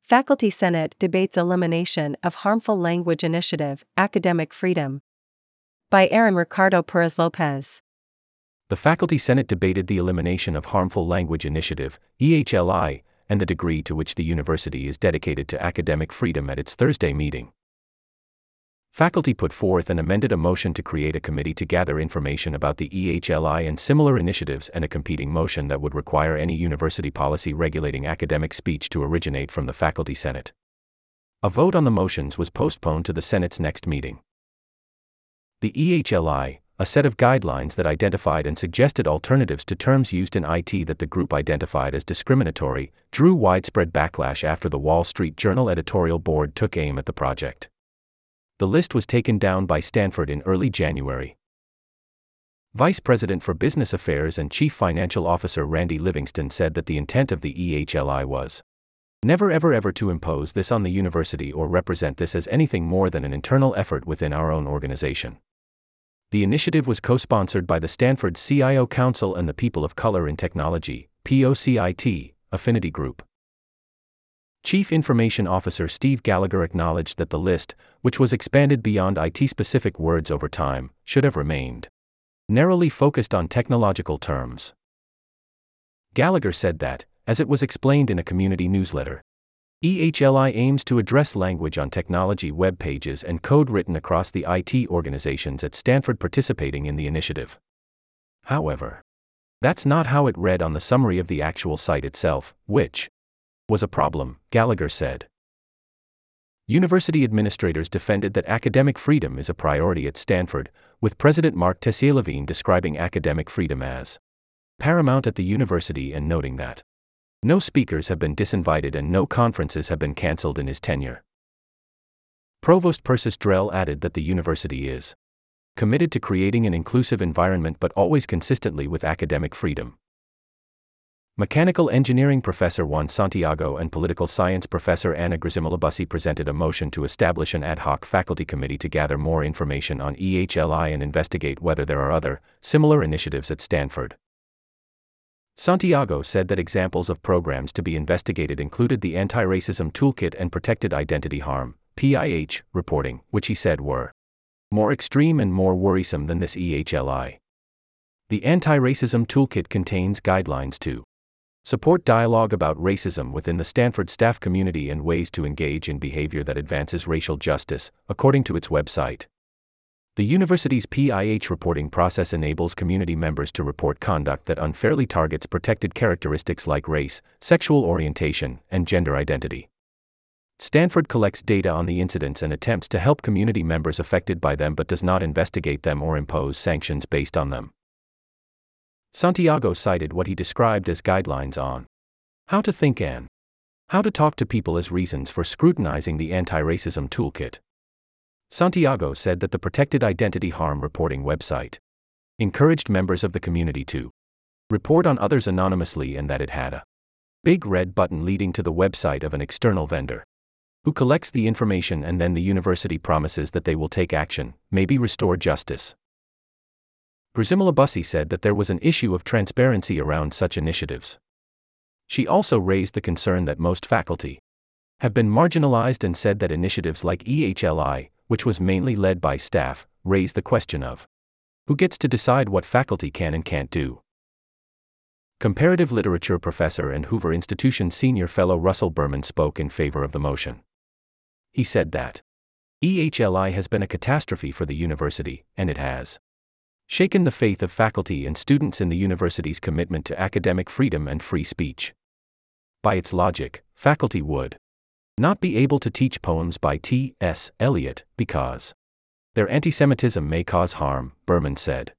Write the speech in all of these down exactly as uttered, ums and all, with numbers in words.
Faculty Senate debates elimination of harmful language initiative, academic freedom. By Aaron Ricardo Perez Lopez. The Faculty Senate debated the elimination of harmful language initiative, E H L I, and the degree to which the university is dedicated to academic freedom at its Thursday meeting. Faculty put forth and amended a motion to create a committee to gather information about the E H L I and similar initiatives, and a competing motion that would require any university policy regulating academic speech to originate from the Faculty Senate. A vote on the motions was postponed to the Senate's next meeting. The E H L I, a set of guidelines that identified and suggested alternatives to terms used in I T that the group identified as discriminatory, drew widespread backlash after the Wall Street Journal editorial board took aim at the project. The list was taken down by Stanford in early January. Vice President for Business Affairs and Chief Financial Officer Randy Livingston said that the intent of the E H L I was never ever ever to impose this on the university or represent this as anything more than an internal effort within our own organization. The initiative was co-sponsored by the Stanford C I O Council and the People of Color in Technology, P O C I T, affinity group. Chief Information Officer Steve Gallagher acknowledged that the list, which was expanded beyond I T-specific words over time, should have remained narrowly focused on technological terms. Gallagher said that, as it was explained in a community newsletter, E H L I aims to address language on technology web pages and code written across the I T organizations at Stanford participating in the initiative. However, that's not how it read on the summary of the actual site itself, which was a problem, Gallagher said. University administrators defended that academic freedom is a priority at Stanford, with President Mark Tessier-Lavigne describing academic freedom as paramount at the university and noting that no speakers have been disinvited and no conferences have been cancelled in his tenure. Provost Persis Drell added that the university is committed to creating an inclusive environment but always consistently with academic freedom. Mechanical engineering professor Juan Santiago and political science professor Anna Grzymala-Bussey presented a motion to establish an ad hoc faculty committee to gather more information on E H L I and investigate whether there are other, similar initiatives at Stanford. Santiago said that examples of programs to be investigated included the Anti-Racism Toolkit and Protected Identity Harm, P I H, reporting, which he said were more extreme and more worrisome than this E H L I. The Anti-Racism Toolkit contains guidelines to support dialogue about racism within the Stanford staff community and ways to engage in behavior that advances racial justice, according to its website. The university's P I H reporting process enables community members to report conduct that unfairly targets protected characteristics like race, sexual orientation, and gender identity. Stanford collects data on the incidents and attempts to help community members affected by them but does not investigate them or impose sanctions based on them. Santiago cited what he described as guidelines on how to think and how to talk to people as reasons for scrutinizing the Anti-Racism Toolkit. Santiago said that the Protected Identity Harm reporting website encouraged members of the community to report on others anonymously and that it had a big red button leading to the website of an external vendor who collects the information, and then the university promises that they will take action, maybe restore justice. Grzymala-Bussey said that there was an issue of transparency around such initiatives. She also raised the concern that most faculty have been marginalized and said that initiatives like E H L I, which was mainly led by staff, raise the question of who gets to decide what faculty can and can't do. Comparative literature professor and Hoover Institution senior fellow Russell Berman spoke in favor of the motion. He said that E H L I has been a catastrophe for the university, and it has shaken the faith of faculty and students in the university's commitment to academic freedom and free speech. By its logic, faculty would not be able to teach poems by T S Eliot because their antisemitism may cause harm, Berman said.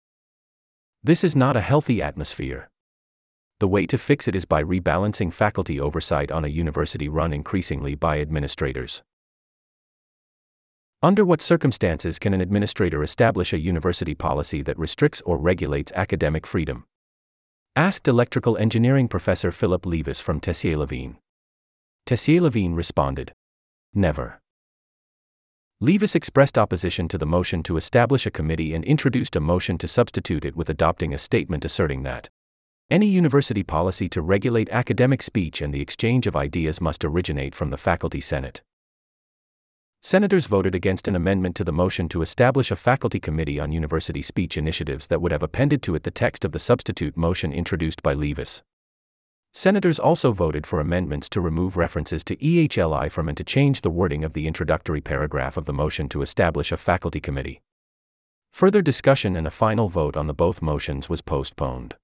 This is not a healthy atmosphere. The way to fix it is by rebalancing faculty oversight on a university run increasingly by administrators. Under what circumstances can an administrator establish a university policy that restricts or regulates academic freedom? Asked electrical engineering professor Philip Levis from Tessier-Lavigne. Tessier-Lavigne responded, never. Levis expressed opposition to the motion to establish a committee and introduced a motion to substitute it with adopting a statement asserting that Any university policy to regulate academic speech and the exchange of ideas must originate from the Faculty Senate. Senators voted against an amendment to the motion to establish a faculty committee on university speech initiatives that would have appended to it the text of the substitute motion introduced by Levis. Senators also voted for amendments to remove references to E H L I from and to change the wording of the introductory paragraph of the motion to establish a faculty committee. Further discussion and a final vote on the both motions was postponed.